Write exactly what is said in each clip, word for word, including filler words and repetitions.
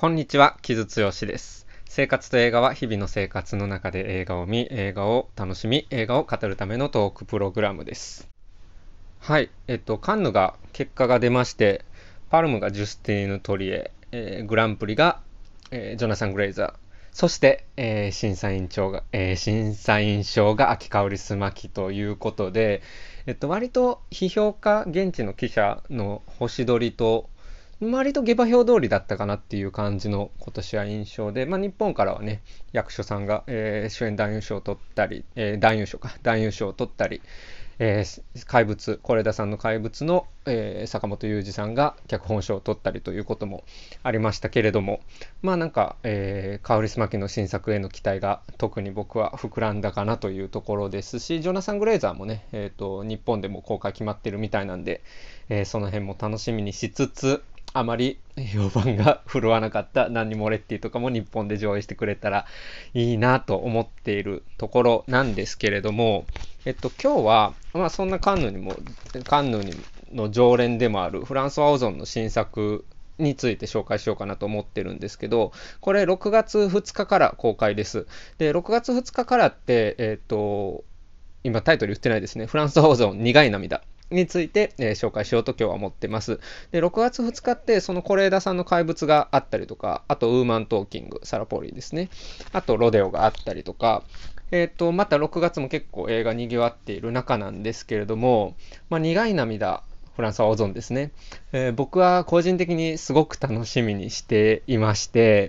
こんにちは、木津剛です。生活と映画は日々の生活の中で映画を見、映画を楽しみ、映画を語るためのトークプログラムです。はい、えっと、カンヌが結果が出まして、パルムがジュスティーヌ・トリエ、えーグランプリが、えージョナサン・グレイザー、そして、えー審査員長が、えー審査員賞が秋香スマキということで、えっと、割と批評家、現地の記者の星取りと、割と下馬評通りだったかなっていう感じの今年は印象で、まあ、日本からはね、役所さんが、えー主演男優賞を取ったり、えー男優賞か、男優賞を取ったり、えー怪物、是枝さんの怪物の、えー坂本雄二さんが脚本賞を取ったりということもありましたけれども、まあなんか、えー、カウリスマキの新作への期待が特に僕は膨らんだかなというところですし、ジョナサン・グレイザーもね、えーと、日本でも公開決まってるみたいなんで、えーその辺も楽しみにしつつ、あまり評判が振るわなかった何にもレッティとかも日本で上映してくれたらいいなと思っているところなんですけれども、えっと今日は、まあそんなカンヌにも、カンヌにの常連でもあるフランソワ・オゾンの新作について紹介しようかなと思ってるんですけど、これろくがつふつかから公開です。で、ろくがつふつかからって、えっと、今タイトル言ってないですね。フランスオゾン苦い涙について、えー紹介しようと今日は思ってます。で、ろくがつふつかってその是枝さんの怪物があったりとか、あとウーマントーキング、サラポーリーですね。あとロデオがあったりとか、えっ、と、またろくがつも結構映画賑わっている中なんですけれども、まあ、苦い涙、フランスはオゾンですね。えー僕は個人的にすごく楽しみにしていまして、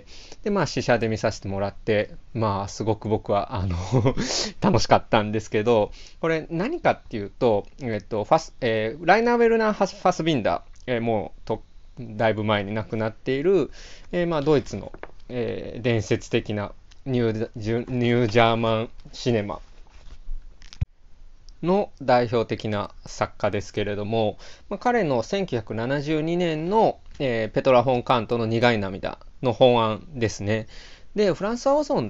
で、まあ、試写で見させてもらって、まあ、すごく僕は、あの楽しかったんですけど、これ何かっていうと、えっと、ファス、えーライナー・ウェルナー・ファスビンダー、えーもうと、だいぶ前に亡くなっている、えーまあ、ドイツの、えー伝説的なニュージュニュージャーマンシネマの代表的な作家ですけれども、まあ、彼のせんきゅうひゃくななじゅうにねんの、えーペトラ・フォン・カントの苦い涙の本案ですね。で、フランス・アオゾンって、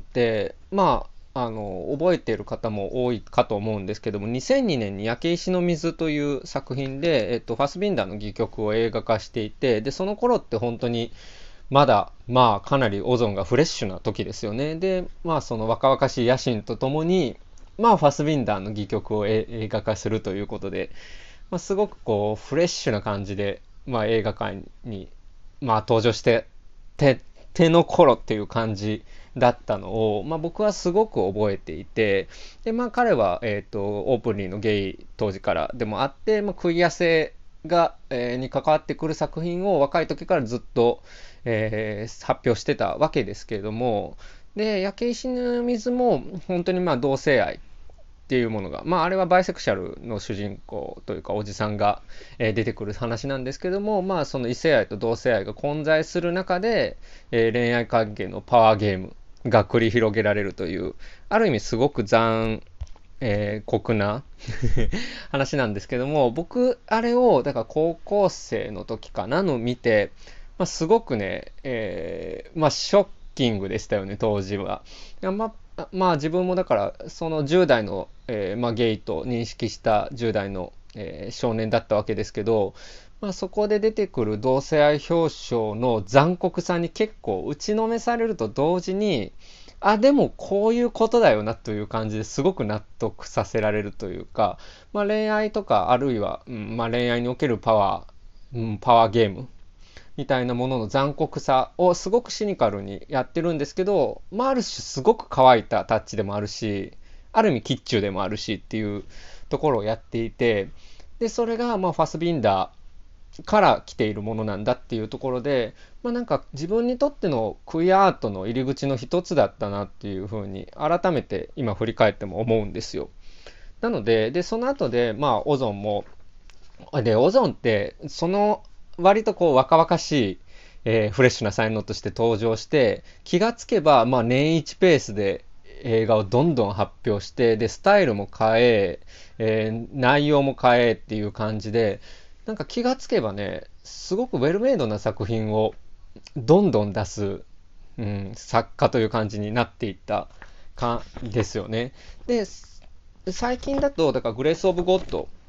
まあ、あの、覚えている方も多いかと思うんですけども、にせんにねんに焼け石の水という作品で、えっと、ファスビンダーの戯曲を映画化していて、で、その頃って本当に、まだ、まあ、かなりオゾンがフレッシュな時ですよね。で、まあ、その若々しい野心とともに、まあ、ファスビンダーの戯曲を映画化するということで、まあ、すごくこう、フレッシュな感じで、まあ、映画界に、まあ、登場して、て、手の頃っていう感じだったのを、まあ、僕はすごく覚えていて、で、まあ、彼は、えっと、オープンリーのゲイ当時からでもあって、まあ、クイア性が、えーに関わってくる作品を若い時からずっと、えー発表してたわけですけれども、で、焼け石の水も本当にまあ同性愛っていうものが、まああれはバイセクシャルの主人公というかおじさんが、えー出てくる話なんですけども、まあその異性愛と同性愛が混在する中で、えー恋愛関係のパワーゲームが繰り広げられるという、ある意味すごく残えー酷な話なんですけども、僕、あれを、だから高校生の時かなの見て、まあ、すごくね、えーまあ、ショッキングでしたよね、当時は。いやまあ、まあ、自分もだから、そのじゅう代の、えーまあ、ゲイと認識したじゅう代の、えー少年だったわけですけど、まあ、そこで出てくる同性愛表彰の残酷さに結構打ちのめされると同時に、あ、でもこういうことだよなという感じですごく納得させられるというか、まあ、恋愛とかあるいは、うんまあ、恋愛におけるパワー、うん、パワーゲームみたいなものの残酷さをすごくシニカルにやってるんですけど、まあ、ある種すごく乾いたタッチでもあるし、ある意味キッチュでもあるしっていうところをやっていて、で、それがまあファスビンダー、から来ているものなんだっていうところで、まあなんか自分にとってのクイアアートの入り口の一つだったなっていうふうに改めて今振り返っても思うんですよ。なので、で、その後で、まあオゾンも、で、オゾンってその割とこう若々しい、えーフレッシュな才能として登場して、気がつけば、まあ年一ペースで映画をどんどん発表して、で、スタイルも変え、えー内容も変えっていう感じで、なんか気がつけばね、すごくウェルメイドな作品をどんどん出す、うん、作家という感じになっていったかですよね。で、最近だと、だからグレース・オブ・ゴッド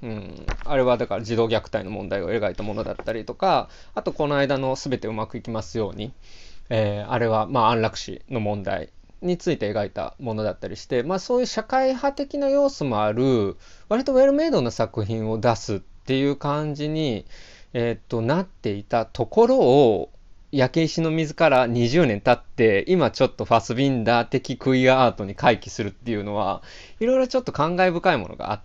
うん、あれはだから児童虐待の問題を描いたものだったりとか、あとこの間のすべてうまくいきますように、えーあれはまあ安楽死の問題について描いたものだったりして、まあそういう社会派的な要素もある、割とウェルメイドな作品を出すっていう感じに、えーっと、なっていたところを、焼け石の水からにじゅうねん経って、今ちょっとファスビンダー的クイアアートに回帰するっていうのは、いろいろちょっと感慨深いものがあって、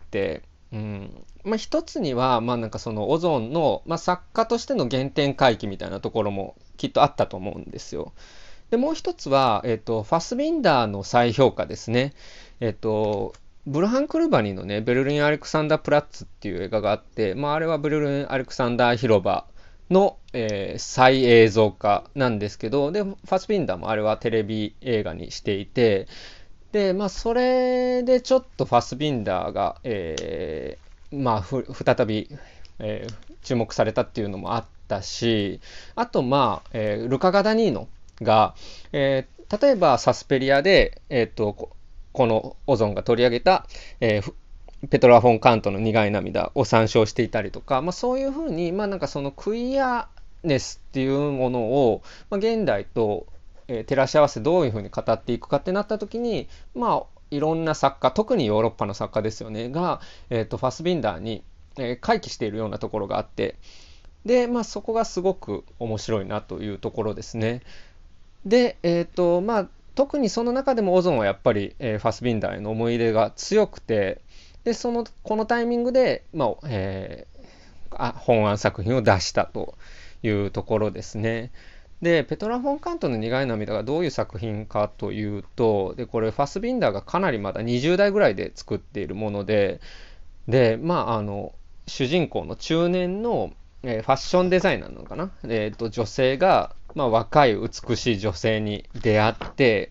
うん。まあ一つには、まあなんかそのオゾンの、まあ作家としての原点回帰みたいなところもきっとあったと思うんですよ。で、もう一つは、えっと、ファスビンダーの再評価ですね。えっと、ブルハン・クルバニのね、ベルリン・アレクサンダー・プラッツっていう映画があって、まあ、あれはベルリン・アレクサンダー広場の、えー再映像化なんですけど、で、ファスビンダーもあれはテレビ映画にしていて、で、まあ、それでちょっとファスビンダーが、えーまあ、ふ再び、えー注目されたっていうのもあったし、あと、まあ、えールカ・ガダニーノが、えー例えばサスペリアで、えーと、ここのオゾンが取り上げた、えーペトラ・フォン・カントの苦い涙を参照していたりとか、まあ、そういうふうに、まあ、なんかそのクイアネスっていうものを、まあ、現代と、えー照らし合わせどういうふうに語っていくかってなった時に、まあ、いろんな作家、特にヨーロッパの作家ですよね、が、えーと、ファスビンダーに、えー回帰しているようなところがあって、で、まあ、そこがすごく面白いなというところですね。で、えっと、まあ、特にその中でもオゾンはやっぱり、えーファスビンダーへの思い入れが強くて、で、その、このタイミングで、まあ、えーあ本案作品を出したというところですね。で、ペトラ・フォン・カントの苦い涙がどういう作品かというと、で、これファスビンダーがかなりまだにじゅう代ぐらいで作っているもので、で、まあ、あの、主人公の中年の、えーファッションデザイナーなのかな、えっと、女性が、まあ、若い美しい女性に出会って、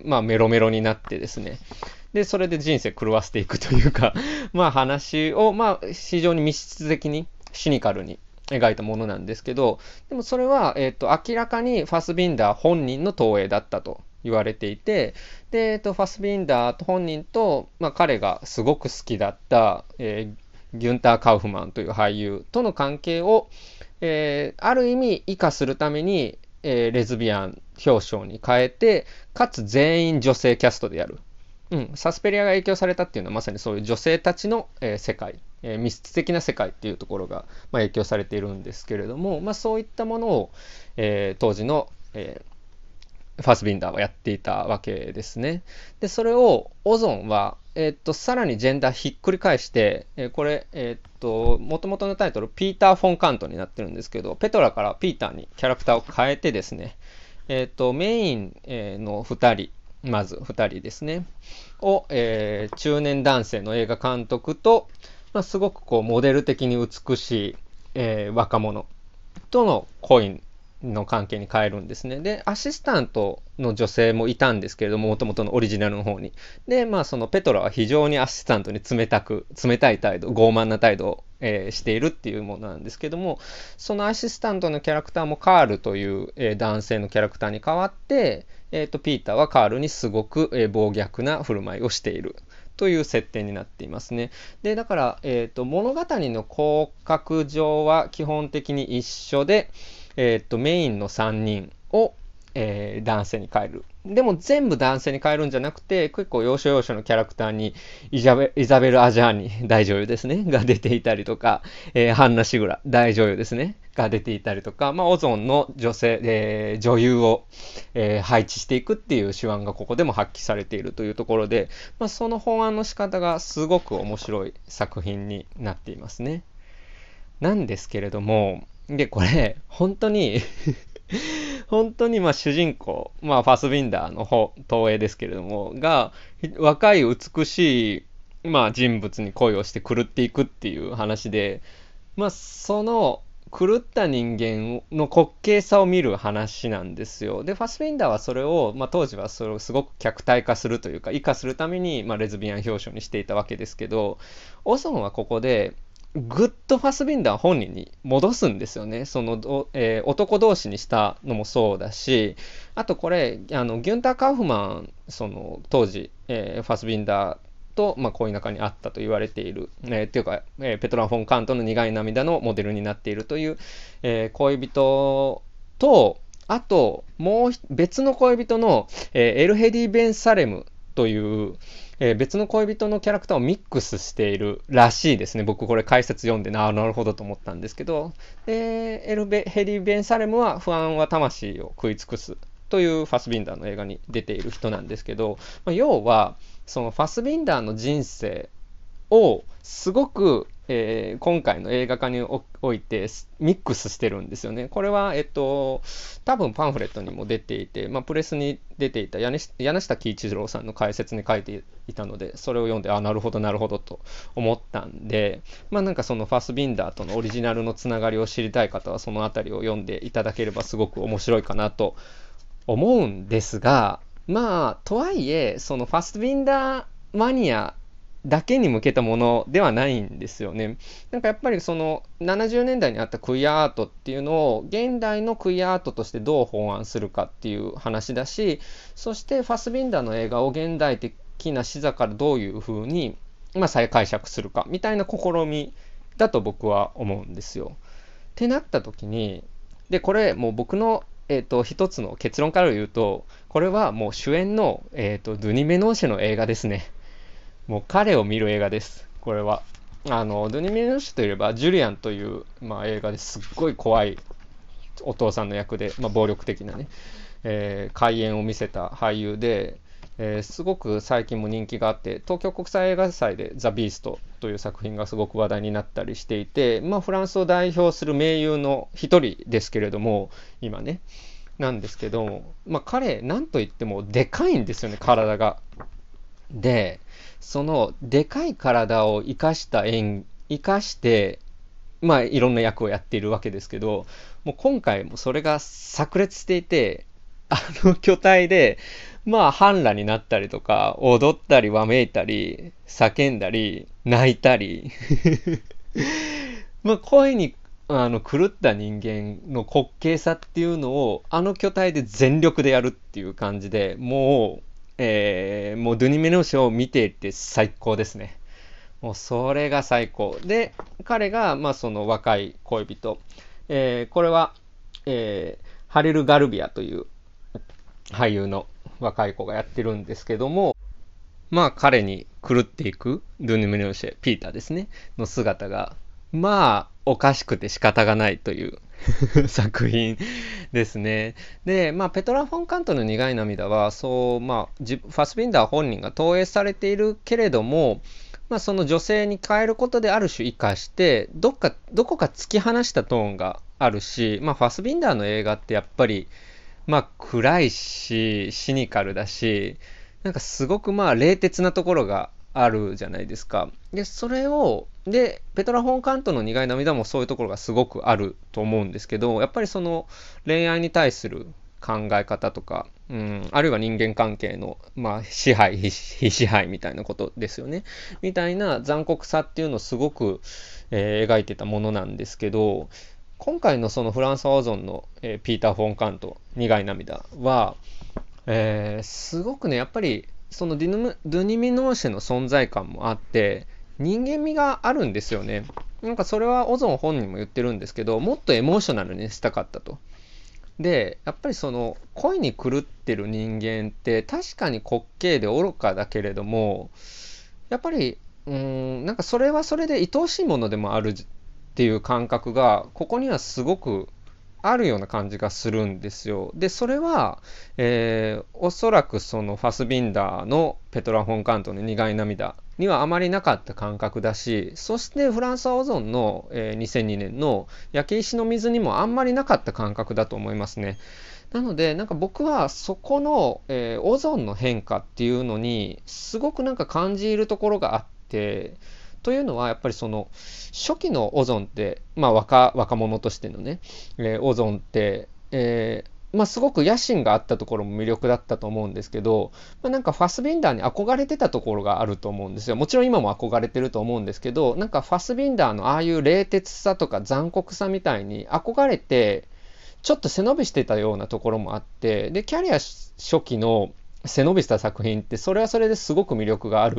まあ、メロメロになってですね。で、それで人生狂わせていくというかまあ、話を、まあ、非常に密室的に、シニカルに描いたものなんですけど、でもそれは、えっと、明らかにファスビンダー本人の投影だったと言われていて、で、えっと、ファスビンダー本人と、まあ、彼がすごく好きだった、えーギュンター・カウフマンという俳優との関係を、えーある意味生かするために、えーレズビアン表彰に変えて、かつ全員女性キャストでやる。うん、サスペリアが影響されたっていうのはまさにそういう女性たちの、えー世界、えー密室的な世界っていうところが、まあ、影響されているんですけれども、まあ、そういったものを、えー当時の、えーファスビンダーはやっていたわけですね。で、それをオゾンは、えっと、さらにジェンダーひっくり返して、えーこれ、えっと、元々のタイトル、ピーター・フォン・カントになってるんですけど、ペトラからピーターにキャラクターを変えてですね、えっと、メインえーのふたり、まずふたりですね、を、えー中年男性の映画監督と、まあ、すごくこう、モデル的に美しい、えー若者との恋の関係に変えるんですね。で、アシスタントの女性もいたんですけれども、もともとのオリジナルの方に。で、まあそのペトラは非常にアシスタントに冷たく、冷たい態度、傲慢な態度を、えーしているっていうものなんですけども、そのアシスタントのキャラクターもカールという、えー男性のキャラクターに変わって、えっと、ピーターはカールにすごく、えー暴虐な振る舞いをしている。という設定になっていますね。で、だから、えっと、物語の広角上は基本的に一緒で、えっと、メインのさんにんを、えー男性に変える。でも全部男性に変えるんじゃなくて、結構要所要所のキャラクターにイザベイザベル・アジャーニ、大女優ですね、が出ていたりとか、えーハンナ・シグラ、大女優ですね、が出ていたりとか、まあ、オゾンの女性、えー女優を、えー配置していくっていう手腕がここでも発揮されているというところで、まあ、その本案の仕方がすごく面白い作品になっていますね。なんですけれども、で、これ、本当に本当にまあ主人公、まあファスビンダーの方、投影ですけれども、が、若い美しい、まあ人物に恋をして狂っていくっていう話で、まあその狂った人間の滑稽さを見る話なんですよ。で、ファスビンダーはそれを、まあ当時はそれをすごく客体化するというか、生かするために、まあレズビアン表彰にしていたわけですけど、オソンはここで、グッドファスビンダー本人に戻すんですよね。その、えー男同士にしたのもそうだし、あとこれ、あの、ギュンター・カウフマン、その、当時、えーファスビンダーと、まあ、恋仲にあったと言われている、えー、っていうか、えーペトラ・フォン・カントの苦い涙のモデルになっているという、えー恋人と、あと、もう別の恋人の、えーエルヘディ・ベン・サレムという、えー別の恋人のキャラクターをミックスしているらしいですね。僕これ解説読んでな、なるほどと思ったんですけど、でエルベヘディ・ベン・サレムは不安は魂を食い尽くすというファスビンダーの映画に出ている人なんですけど、まあ、要はそのファスビンダーの人生をすごく、えー今回の映画化におおいてミックスしてるんですよね。これは、えっと、多分パンフレットにも出ていて、まあ、プレスに出ていた柳柳下喜一郎さんの解説に書いていたので、それを読んで、あ、なるほどなるほどと思ったんで、まあなんかそのファスビンダーとのオリジナルのつながりを知りたい方はそのあたりを読んでいただければすごく面白いかなと思うんですが、まあとはいえそのファスビンダーマニアだけに向けたものではないんですよね。なんかやっぱりそのななじゅうねんだいにあったクイアアートっていうのを現代のクイアアートとしてどう本案するかっていう話だし、そしてファスビンダーの映画を現代的な視座からどういう風に、まあ、再解釈するかみたいな試みだと僕は思うんですよ。ってなった時に、でこれもう僕のえー、と一つの結論から言うと、これはもう主演の、えー、とドゥニ・メノーシェの映画ですね。もう彼を見る映画です。これは。あの、ドゥニ・メノーシェといえば、ジュリアンという、まあ、映画ですっごい怖いお父さんの役で、まあ、暴力的なね、えー、怪演を見せた俳優で、えーすごく最近も人気があって、東京国際映画祭でザ・ビーストという作品がすごく話題になったりしていて、まあ、フランスを代表する名優の一人ですけれども、今ね、なんですけど、まあ、彼、なんといってもでかいんですよね、体が。で、そのでかい体を生かした演、生かして、まあいろんな役をやっているわけですけど、もう今回もそれが炸裂していて、あの巨体で、まあ半裸になったりとか、踊ったりわめいたり、叫んだり、泣いたり、まあ声にあの狂った人間の滑稽さっていうのをあの巨体で全力でやるっていう感じで、もう、えーもうドゥニ・メノーシを見ていて最高ですね。もうそれが最高で、彼がまあその若い恋人、えーこれは、えーハレル・ガルビアという俳優の若い子がやってるんですけども、まあ彼に狂っていくドゥニ・メノーシェ、ピーターですね、の姿が、まあおかしくて仕方がないという作品ですね。で、まあペトラ・フォン・カントの苦い涙は、そう、まあジファスビンダー本人が投影されているけれども、まあその女性に変えることである種生かして、どっか、どこか突き放したトーンがあるし、まあファスビンダーの映画ってやっぱり、まあ暗いし、シニカルだし、なんかすごくまあ冷徹なところがあるじゃないですか。で、それを、で、ペトラ・フォン・カントの苦い涙もそういうところがすごくあると思うんですけど、やっぱりその恋愛に対する考え方とか、うん、あるいは人間関係の、まあ、支配、非非支配みたいなことですよね。みたいな残酷さっていうのをすごく、えー描いてたものなんですけど、今回のそのフランソワ・オゾンの、えーピーター・フォン・カント苦い涙は、えーすごくね、やっぱりそのディヌムドゥニ・ミノーシェの存在感もあって人間味があるんですよね。なんかそれはオゾン本人も言ってるんですけど、もっとエモーショナルにしたかったと。でやっぱりその恋に狂ってる人間って確かに滑稽で愚かだけれども、やっぱりうーんなんかそれはそれで愛おしいものでもあるっていう感覚がここにはすごくあるような感じがするんですよ。で、それは、えーおそらくそのファスビンダーのペトラ・フォン・カントの苦い涙にはあまりなかった感覚だし、そしてフランソワ・オゾンの、えーにせんにねんの焼け石の水にもあんまりなかった感覚だと思いますね。なので、なんか僕はそこの、えーオゾンの変化っていうのにすごくなんか感じるところがあって、というのはやっぱりその初期のオゾンって、まあ、若若者としてのね、えーオゾンって、えーまあ、すごく野心があったところも魅力だったと思うんですけど、まあ、なんかファスビンダーに憧れてたところがあると思うんですよ。もちろん今も憧れてると思うんですけど、なんかファスビンダーのああいう冷徹さとか残酷さみたいに憧れてちょっと背伸びしてたようなところもあって、でキャリア初期の背伸びした作品ってそれはそれですごく魅力がある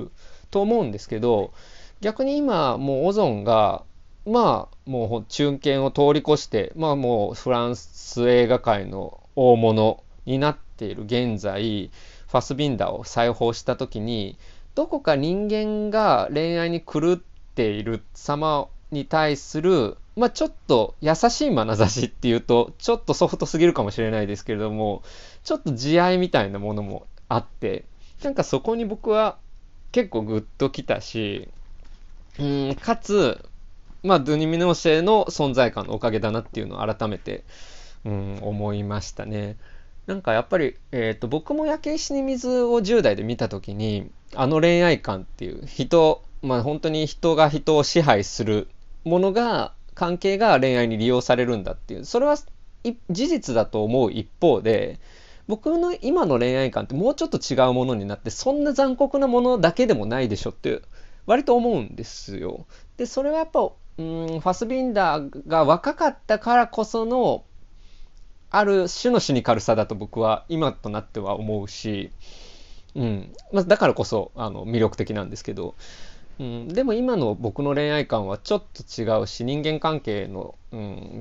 と思うんですけど、逆に今もうオゾンがまあもう中堅を通り越して、まあもうフランス映画界の大物になっている現在、ファスビンダーを再訪した時に、どこか人間が恋愛に狂っている様に対する、まあちょっと優しい眼差しっていうとちょっとソフトすぎるかもしれないですけれども、ちょっと慈愛みたいなものもあって、なんかそこに僕は結構グッときたし、うん、かつまあ、ドゥニ・ミノーシェの存在感のおかげだなっていうのを改めて、うん、思いましたね。なんかやっぱり、えーと、僕も焼け石に水をじゅう代で見たときに、あの恋愛観っていう人、まあ本当に人が人を支配するものが、関係が恋愛に利用されるんだっていう、それは事実だと思う一方で、僕の今の恋愛観ってもうちょっと違うものになって、そんな残酷なものだけでもないでしょって割と思うんですよ。で、それはやっぱ、うん、ファスビンダーが若かったからこその、ある種のシニカルさだと僕は今となっては思うし、うん。まあ、だからこそ、あの、魅力的なんですけど、うん、でも今の僕の恋愛観はちょっと違うし、人間関係の、うん、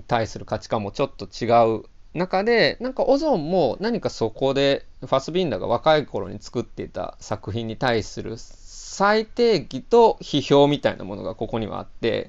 対する価値観もちょっと違う中で、なんかオゾンも何かそこでファスビンダーが若い頃に作っていた作品に対する最定義と批評みたいなものがここにはあって、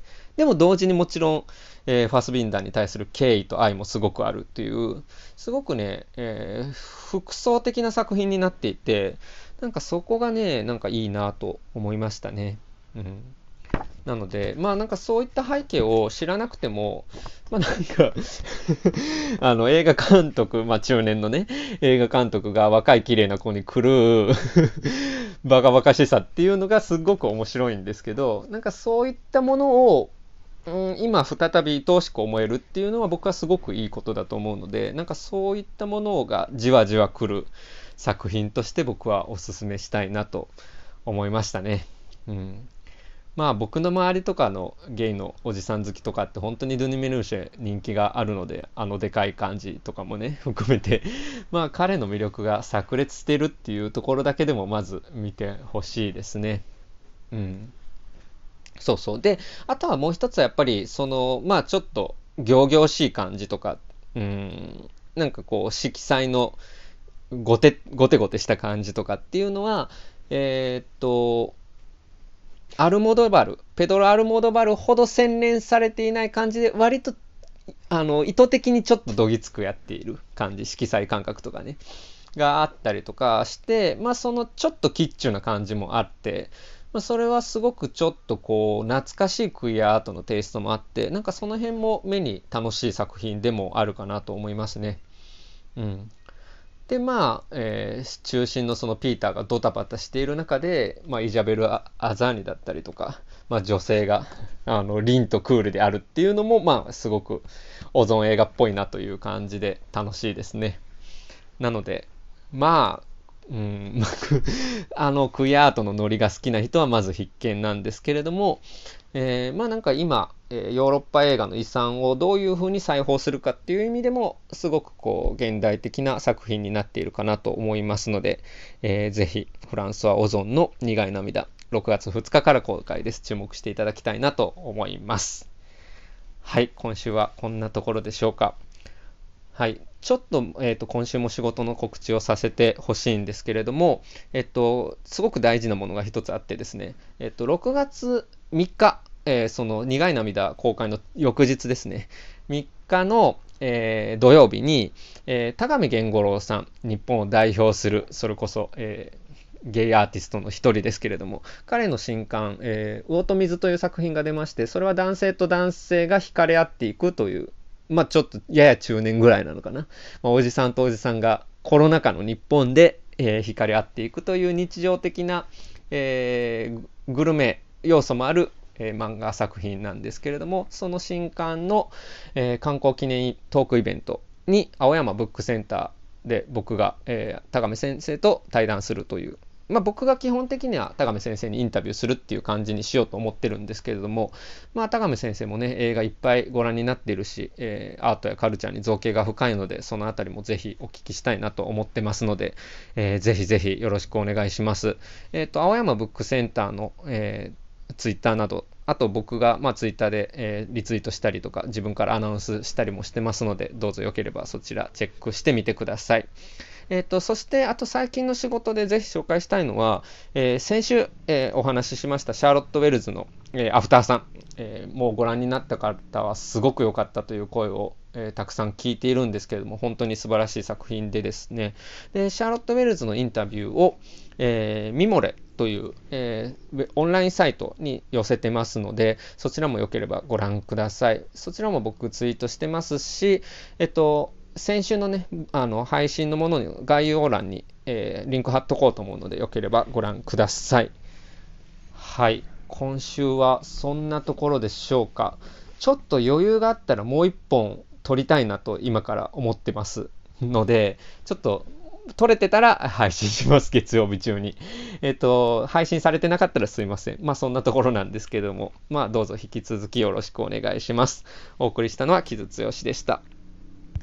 でも同時にもちろん、えーファスビンダーに対する敬意と愛もすごくあるっていう、すごくね、えー複層的な作品になっていて、なんかそこがね、なんかいいなと思いましたね。うん。なので、まあなんかそういった背景を知らなくても、まあなんかあの映画監督、まあ中年のね、映画監督が若い綺麗な子に狂うバカバカしさっていうのがすごく面白いんですけど、なんかそういったものを、うん、今再び愛おしく思えるっていうのは僕はすごくいいことだと思うので、なんかそういったものがじわじわ来る作品として僕はおすすめしたいなと思いましたね。うん。まあ僕の周りとかのゲイのおじさん好きとかって本当にドゥニ・メヌーシェ人気があるので、あのでかい感じとかもね含めて、まあ彼の魅力が炸裂してるっていうところだけでもまず見てほしいですね。うん。そうそう。で、あとはもう一つはやっぱりそのまあちょっと仰々しい感じとか、うん、なんかこう色彩のゴテゴテゴテした感じとかっていうのは、えーっとアルモドバル、ペドロ・アルモドバルほど洗練されていない感じで、割と、あの、意図的にちょっとどぎつくやっている感じ、色彩感覚とかね、があったりとかして、まあそのちょっとキッチュな感じもあって、まあそれはすごくちょっとこう、懐かしいクイアアートのテイストもあって、なんかその辺も目に楽しい作品でもあるかなと思いますね。うん。で、まあ、えー中心のそのピーターがドタバタしている中で、まあ、イジャベル・アザーニだったりとか、まあ、女性が、あの、凛とクールであるっていうのも、まあ、すごく、オゾン映画っぽいなという感じで楽しいですね。なので、まあ、うん、あの、クイアアートのノリが好きな人はまず必見なんですけれども、えーまあなんか今、えーヨーロッパ映画の遺産をどういうふうに再訪するかっていう意味でも、すごくこう、現代的な作品になっているかなと思いますので、えーぜひ、フランソワ・オゾンの苦い涙、ろくがつふつかかから公開です。注目していただきたいなと思います。はい、今週はこんなところでしょうか。はい。ちょっと、えっと、今週も仕事の告知をさせてほしいんですけれども、えっと、すごく大事なものが一つあってですね、えっと、ろくがつみっか、えーその苦い涙公開の翌日ですね、みっかの、えー土曜日に、えー田上源五郎さん、日本を代表する、それこそ、えーゲイアーティストの一人ですけれども、彼の新刊、えー、魚と水という作品が出まして、それは男性と男性が惹かれ合っていくという、まあちょっとやや中年ぐらいなのかな。まあ、おじさんとおじさんがコロナ禍の日本で、えー惹かれ合っていくという日常的な、えーグルメ要素もある、えー漫画作品なんですけれども、その新刊の、えー観光記念トークイベントに青山ブックセンターで僕が、えー、田上先生と対談するというまあ、僕が基本的には田亀先生にインタビューするっていう感じにしようと思ってるんですけれども、まあ、田亀先生もね、映画いっぱいご覧になっているし、えーアートやカルチャーに造形が深いので、そのあたりもぜひお聞きしたいなと思ってますので、えーぜひぜひよろしくお願いします。えっと、青山ブックセンターの、えーツイッターなど、あと僕が、まあ、ツイッターで、えーリツイートしたりとか、自分からアナウンスしたりもしてますので、どうぞよければそちらチェックしてみてください。えっと、そして、あと最近の仕事でぜひ紹介したいのは、えー先週、えーお話ししましたシャーロット・ウェルズの、えーアフターさん、えーもうご覧になった方はすごく良かったという声を、えーたくさん聞いているんですけれども、本当に素晴らしい作品でですね、でシャーロット・ウェルズのインタビューを、えーミモレという、えーオンラインサイトに寄せてますので、そちらもよければご覧ください。そちらも僕ツイートしてますし、えっと、先週のね、あの配信のものの概要欄に、えーリンク貼っとこうと思うので、よければご覧ください。はい。今週はそんなところでしょうか。ちょっと余裕があったらもう一本撮りたいなと今から思ってますので、ちょっと撮れてたら配信します、月曜日中に。えっと、配信されてなかったらすいません。まあそんなところなんですけども、まあどうぞ引き続きよろしくお願いします。お送りしたのは木津剛でした。